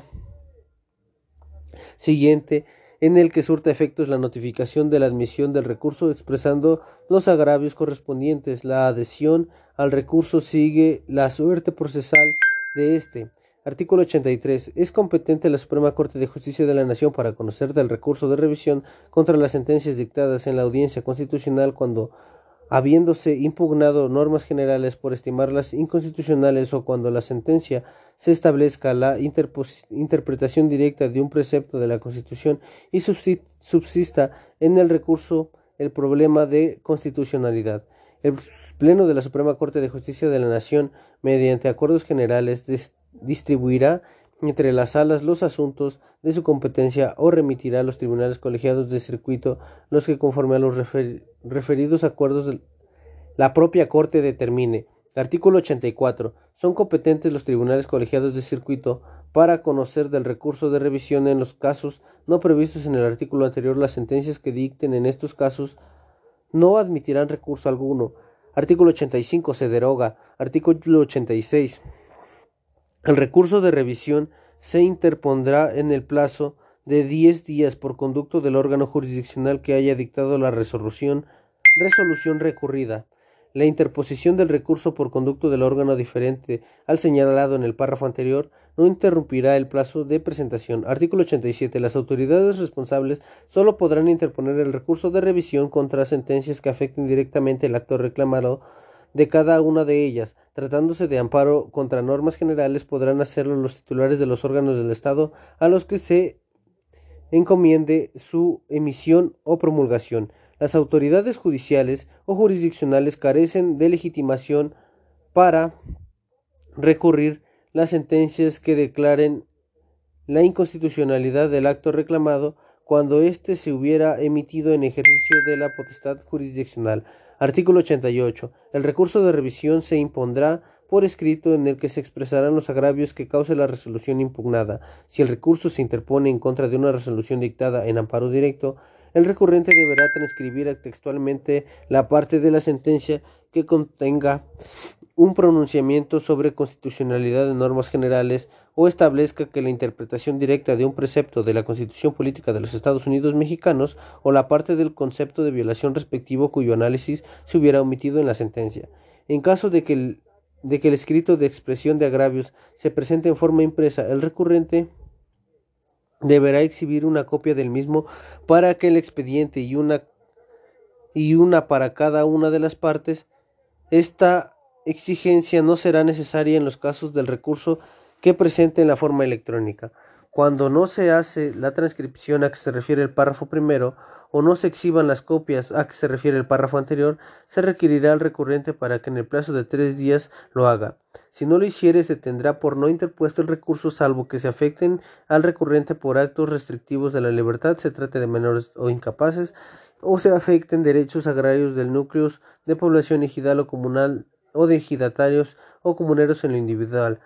siguiente en el que surta efectos la notificación de la admisión del recurso, expresando los agravios correspondientes. La adhesión al recurso sigue la suerte procesal de éste. Artículo ochenta y tres. Es competente la Suprema Corte de Justicia de la Nación para conocer del recurso de revisión contra las sentencias dictadas en la audiencia constitucional cuando, habiéndose impugnado normas generales por estimarlas inconstitucionales, o cuando la sentencia se establezca la interpretación directa de un precepto de la Constitución y subsista en el recurso el problema de constitucionalidad. El Pleno de la Suprema Corte de Justicia de la Nación, mediante acuerdos generales, distribuirá entre las salas los asuntos de su competencia o remitirá a los tribunales colegiados de circuito los que, conforme a los refer referidos acuerdos, la propia Corte determine. Artículo ochenta y cuatro. Son competentes los tribunales colegiados de circuito para conocer del recurso de revisión en los casos no previstos en el artículo anterior. Las sentencias que dicten en estos casos no admitirán recurso alguno. Artículo ochenta y cinco. Se deroga. Artículo ochenta y seis. El recurso de revisión se interpondrá en el plazo de diez días por conducto del órgano jurisdiccional que haya dictado la resolución, resolución recurrida. La interposición del recurso por conducto del órgano diferente al señalado en el párrafo anterior no interrumpirá el plazo de presentación. Artículo ochenta y siete. Las autoridades responsables solo podrán interponer el recurso de revisión contra sentencias que afecten directamente el acto reclamado de cada una de ellas. Tratándose de amparo contra normas generales, podrán hacerlo los titulares de los órganos del Estado a los que se encomiende su emisión o promulgación. Las autoridades judiciales o jurisdiccionales carecen de legitimación para recurrir las sentencias que declaren la inconstitucionalidad del acto reclamado cuando éste se hubiera emitido en ejercicio de la potestad jurisdiccional. Artículo ochenta y ocho. El recurso de revisión se impondrá por escrito en el que se expresarán los agravios que cause la resolución impugnada. Si el recurso se interpone en contra de una resolución dictada en amparo directo, el recurrente deberá transcribir textualmente la parte de la sentencia que contenga un pronunciamiento sobre constitucionalidad de normas generales o establezca que la interpretación directa de un precepto de la Constitución Política de los Estados Unidos Mexicanos o la parte del concepto de violación respectivo cuyo análisis se hubiera omitido en la sentencia. En caso de que el, de que el escrito de expresión de agravios se presente en forma impresa, el recurrente deberá exhibir una copia del mismo para que el expediente y una, y una para cada una de las partes. Esta exigencia no será necesaria en los casos del recurso que presente en la forma electrónica. Cuando no se hace la transcripción a que se refiere el párrafo primero o no se exhiban las copias a que se refiere el párrafo anterior, se requerirá al recurrente para que en el plazo de tres días lo haga. Si no lo hiciere, se tendrá por no interpuesto el recurso, salvo que se afecten al recurrente por actos restrictivos de la libertad, se trate de menores o incapaces, o se afecten derechos agrarios del núcleo de población ejidal o comunal o de ejidatarios o comuneros en lo individual,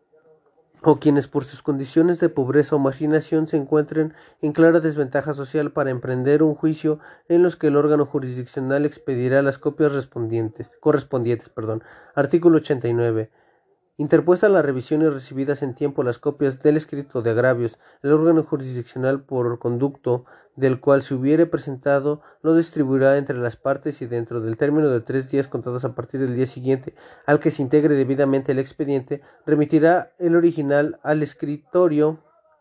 o quienes por sus condiciones de pobreza o marginación se encuentren en clara desventaja social para emprender un juicio en los que el órgano jurisdiccional expedirá las copias correspondientes. correspondientes. Perdón. Artículo ochenta y nueve. Interpuestas las revisiones recibidas en tiempo las copias del escrito de agravios, el órgano jurisdiccional por conducto del cual se hubiere presentado lo distribuirá entre las partes y dentro del término de tres días contados a partir del día siguiente al que se integre debidamente el expediente, remitirá el original al escritorio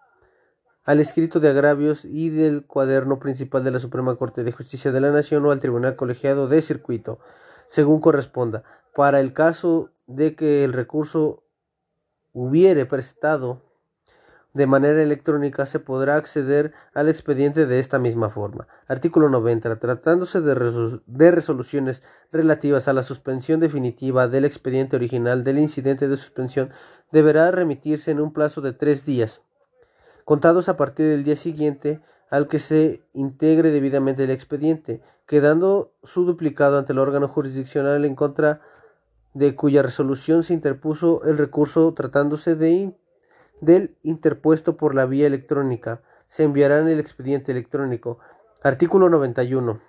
al escrito de agravios y del cuaderno principal de la Suprema Corte de Justicia de la Nación o al Tribunal Colegiado de Circuito, según corresponda. Para el caso de que el recurso hubiere prestado de manera electrónica, se podrá acceder al expediente de esta misma forma. Artículo noventa. Tratándose de, resol- de resoluciones relativas a la suspensión definitiva del expediente original del incidente de suspensión, deberá remitirse en un plazo de tres días, contados a partir del día siguiente al que se integre debidamente el expediente, quedando su duplicado ante el órgano jurisdiccional en contra de cuya resolución se interpuso el recurso, tratándose de in- del interpuesto por la vía electrónica. Se enviará en el expediente electrónico. Artículo noventa y uno.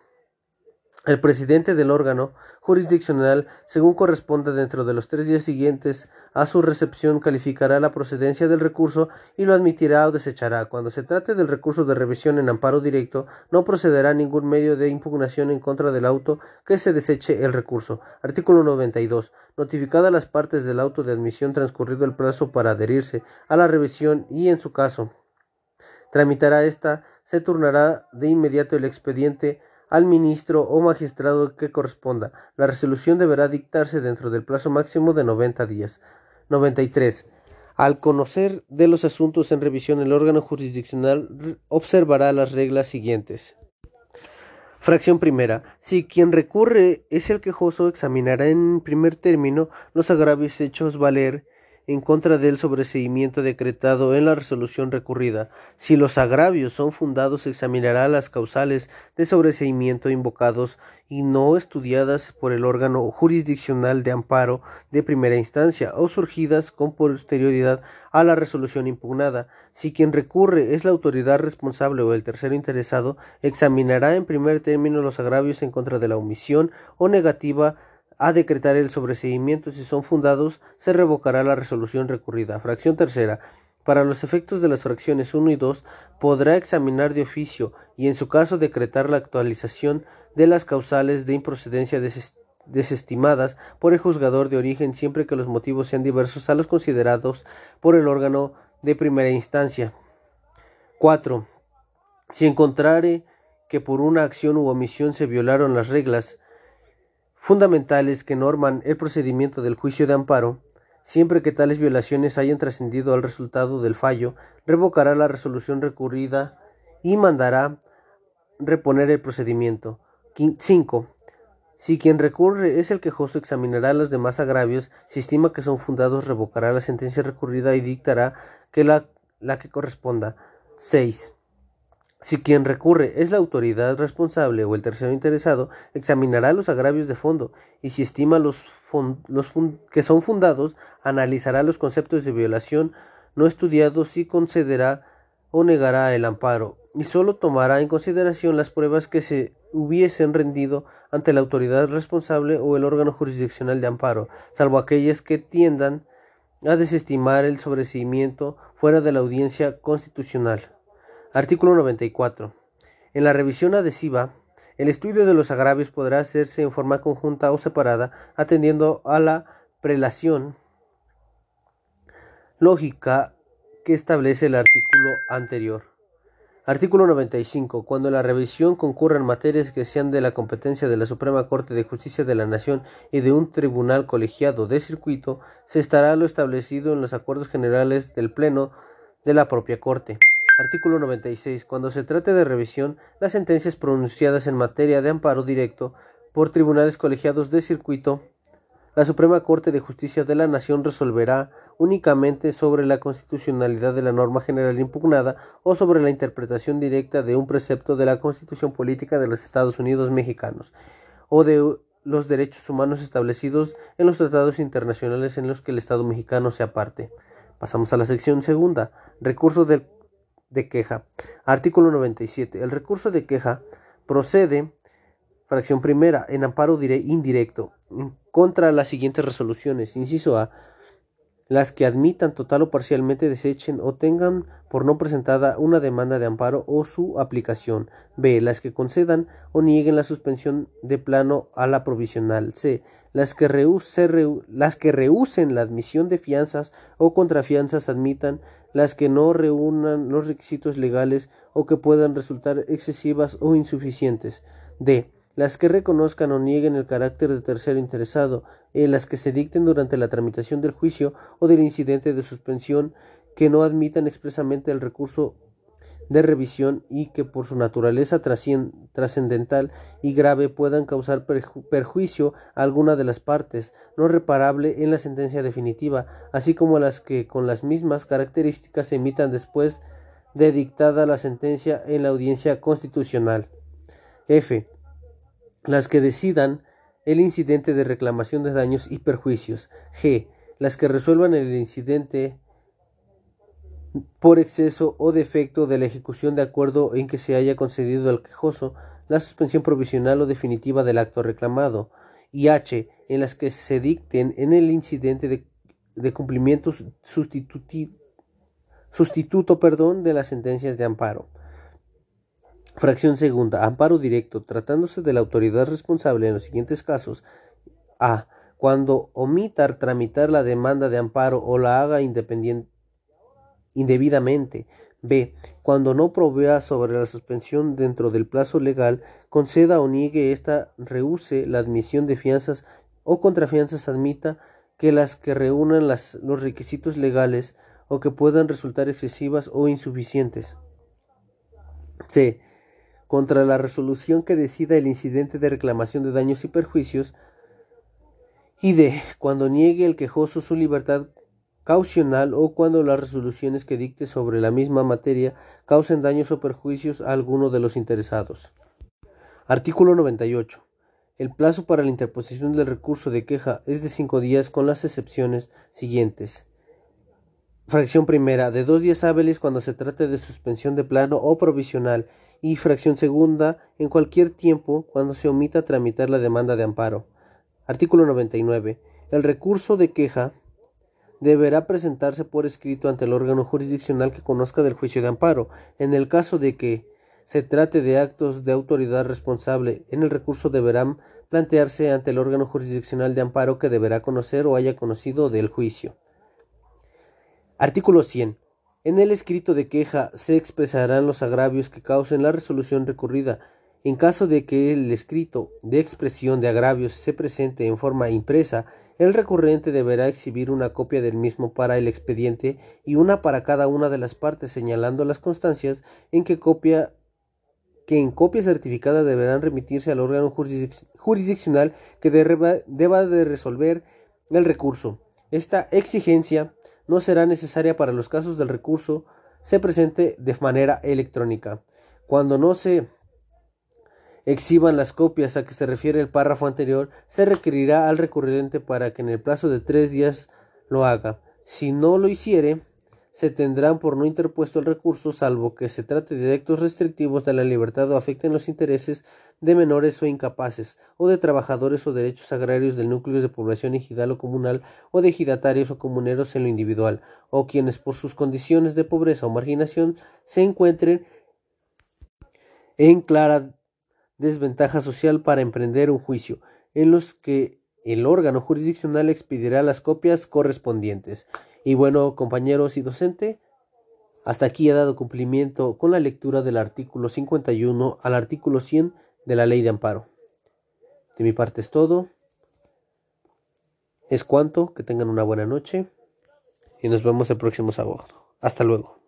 El presidente del órgano jurisdiccional, según corresponda dentro de los tres días siguientes a su recepción, calificará la procedencia del recurso y lo admitirá o desechará. Cuando se trate del recurso de revisión en amparo directo, no procederá ningún medio de impugnación en contra del auto que se deseche el recurso. Artículo noventa y dos. Notificadas las partes del auto de admisión transcurrido el plazo para adherirse a la revisión y, en su caso, tramitará esta, se turnará de inmediato el expediente al ministro o magistrado que corresponda. La resolución deberá dictarse dentro del plazo máximo de noventa días. noventa y tres. Al conocer de los asuntos en revisión, el órgano jurisdiccional observará las reglas siguientes. Fracción primera. Si quien recurre es el quejoso, examinará en primer término los agravios hechos valer en contra del sobreseimiento decretado en la resolución recurrida. Si los agravios son fundados, examinará las causales de sobreseimiento invocados y no estudiadas por el órgano jurisdiccional de amparo de primera instancia o surgidas con posterioridad a la resolución impugnada. Si quien recurre es la autoridad responsable o el tercero interesado, examinará en primer término los agravios en contra de la omisión o negativa a decretar el sobreseimiento. Si son fundados, se revocará la resolución recurrida. Fracción tercera. Para los efectos de las fracciones uno y dos, podrá examinar de oficio y, en su caso, decretar la actualización de las causales de improcedencia des desestimadas por el juzgador de origen, siempre que los motivos sean diversos a los considerados por el órgano de primera instancia. cuatro. Si encontrare que por una acción u omisión se violaron las reglas fundamentales que norman el procedimiento del juicio de amparo, siempre que tales violaciones hayan trascendido al resultado del fallo, revocará la resolución recurrida y mandará reponer el procedimiento. cinco. Si quien recurre es el quejoso, examinará los demás agravios. Si estima que son fundados, revocará la sentencia recurrida y dictará que la, la que corresponda. seis. Si quien recurre es la autoridad responsable o el tercero interesado, examinará los agravios de fondo y si estima los, los que son fundados, analizará los conceptos de violación no estudiados y concederá o negará el amparo, y sólo tomará en consideración las pruebas que se hubiesen rendido ante la autoridad responsable o el órgano jurisdiccional de amparo, salvo aquellas que tiendan a desestimar el sobreseimiento fuera de la audiencia constitucional. Artículo noventa y cuatro. En la revisión adhesiva, el estudio de los agravios podrá hacerse en forma conjunta o separada, atendiendo a la prelación lógica que establece el artículo anterior. Artículo noventa y cinco. Cuando la revisión concurra en materias que sean de la competencia de la Suprema Corte de Justicia de la Nación y de un tribunal colegiado de circuito, se estará lo establecido en los acuerdos generales del Pleno de la propia Corte. Artículo noventa y seis. Cuando se trate de revisión, las sentencias pronunciadas en materia de amparo directo por tribunales colegiados de circuito, la Suprema Corte de Justicia de la Nación resolverá únicamente sobre la constitucionalidad de la norma general impugnada o sobre la interpretación directa de un precepto de la Constitución Política de los Estados Unidos Mexicanos o de los derechos humanos establecidos en los tratados internacionales en los que el Estado mexicano sea parte. Pasamos a la sección segunda. Recurso de, de queja. Artículo noventa y siete. El recurso de queja procede, fracción primera, en amparo indirecto, contra las siguientes resoluciones. Inciso A. Las que admitan total o parcialmente, desechen o tengan por no presentada una demanda de amparo o su aplicación. B. Las que concedan o nieguen la suspensión de plano a la provisional. C. Las que, rehúse, rehu, las que rehúsen la admisión de fianzas o contrafianzas admitan, las que no reúnan los requisitos legales o que puedan resultar excesivas o insuficientes. D. Las que reconozcan o nieguen el carácter de tercero interesado, eh, las que se dicten durante la tramitación del juicio o del incidente de suspensión, que no admitan expresamente el recurso de revisión y que por su naturaleza trascendental y grave puedan causar perju perjuicio a alguna de las partes, no reparable en la sentencia definitiva, así como las que con las mismas características se emitan después de dictada la sentencia en la audiencia constitucional. F. Las que decidan el incidente de reclamación de daños y perjuicios. G. Las que resuelvan el incidente por exceso o defecto de la ejecución de acuerdo en que se haya concedido al quejoso la suspensión provisional o definitiva del acto reclamado. Y H. En las que se dicten en el incidente de, de cumplimiento sustituto perdón, de las sentencias de amparo. Fracción segunda. Amparo directo. Tratándose de la autoridad responsable en los siguientes casos. A. Cuando omita tramitar la demanda de amparo o la haga independiente, indebidamente. B. Cuando no provea sobre la suspensión dentro del plazo legal, conceda o niegue esta, rehúse la admisión de fianzas o contrafianzas, admita que las que reúnan las, los requisitos legales o que puedan resultar excesivas o insuficientes. C. Contra la resolución que decida el incidente de reclamación de daños y perjuicios. Y D. Cuando niegue el quejoso su libertad caucional o cuando las resoluciones que dicte sobre la misma materia causen daños o perjuicios a alguno de los interesados. Artículo noventa y ocho. El plazo para la interposición del recurso de queja es de cinco días con las excepciones siguientes. Fracción primera, de dos días hábiles cuando se trate de suspensión de plano o provisional, y fracción segunda, en cualquier tiempo cuando se omita tramitar la demanda de amparo. Artículo noventa y nueve. El recurso de queja deberá presentarse por escrito ante el órgano jurisdiccional que conozca del juicio de amparo. En el caso de que se trate de actos de autoridad responsable, en el recurso deberán plantearse ante el órgano jurisdiccional de amparo que deberá conocer o haya conocido del juicio. Artículo cien. En el escrito de queja se expresarán los agravios que causen la resolución recurrida En caso de que el escrito de expresión de agravios se presente en forma impresa, el recurrente deberá exhibir una copia del mismo para el expediente y una para cada una de las partes, señalando las constancias en que copia que en copia certificada deberán remitirse al órgano jurisdic jurisdiccional que deba, deba de resolver el recurso. Esta exigencia no será necesaria para los casos del recurso se presente de manera electrónica. Cuando no se exhiban las copias a que se refiere el párrafo anterior, se requerirá al recurrente para que en el plazo de tres días lo haga. Si no lo hiciere, se tendrán por no interpuesto el recurso, salvo que se trate de actos restrictivos de la libertad o afecten los intereses de menores o incapaces, o de trabajadores o derechos agrarios del núcleo de población ejidal o comunal, o de ejidatarios o comuneros en lo individual, o quienes por sus condiciones de pobreza o marginación se encuentren en clara desventaja social para emprender un juicio, en los que el órgano jurisdiccional expedirá las copias correspondientes. Y bueno, compañeros y docente, hasta aquí he dado cumplimiento con la lectura del artículo cincuenta y uno al artículo cien de la Ley de Amparo. De mi parte es todo. Es cuanto, que tengan una buena noche y nos vemos el próximo sábado. Hasta luego.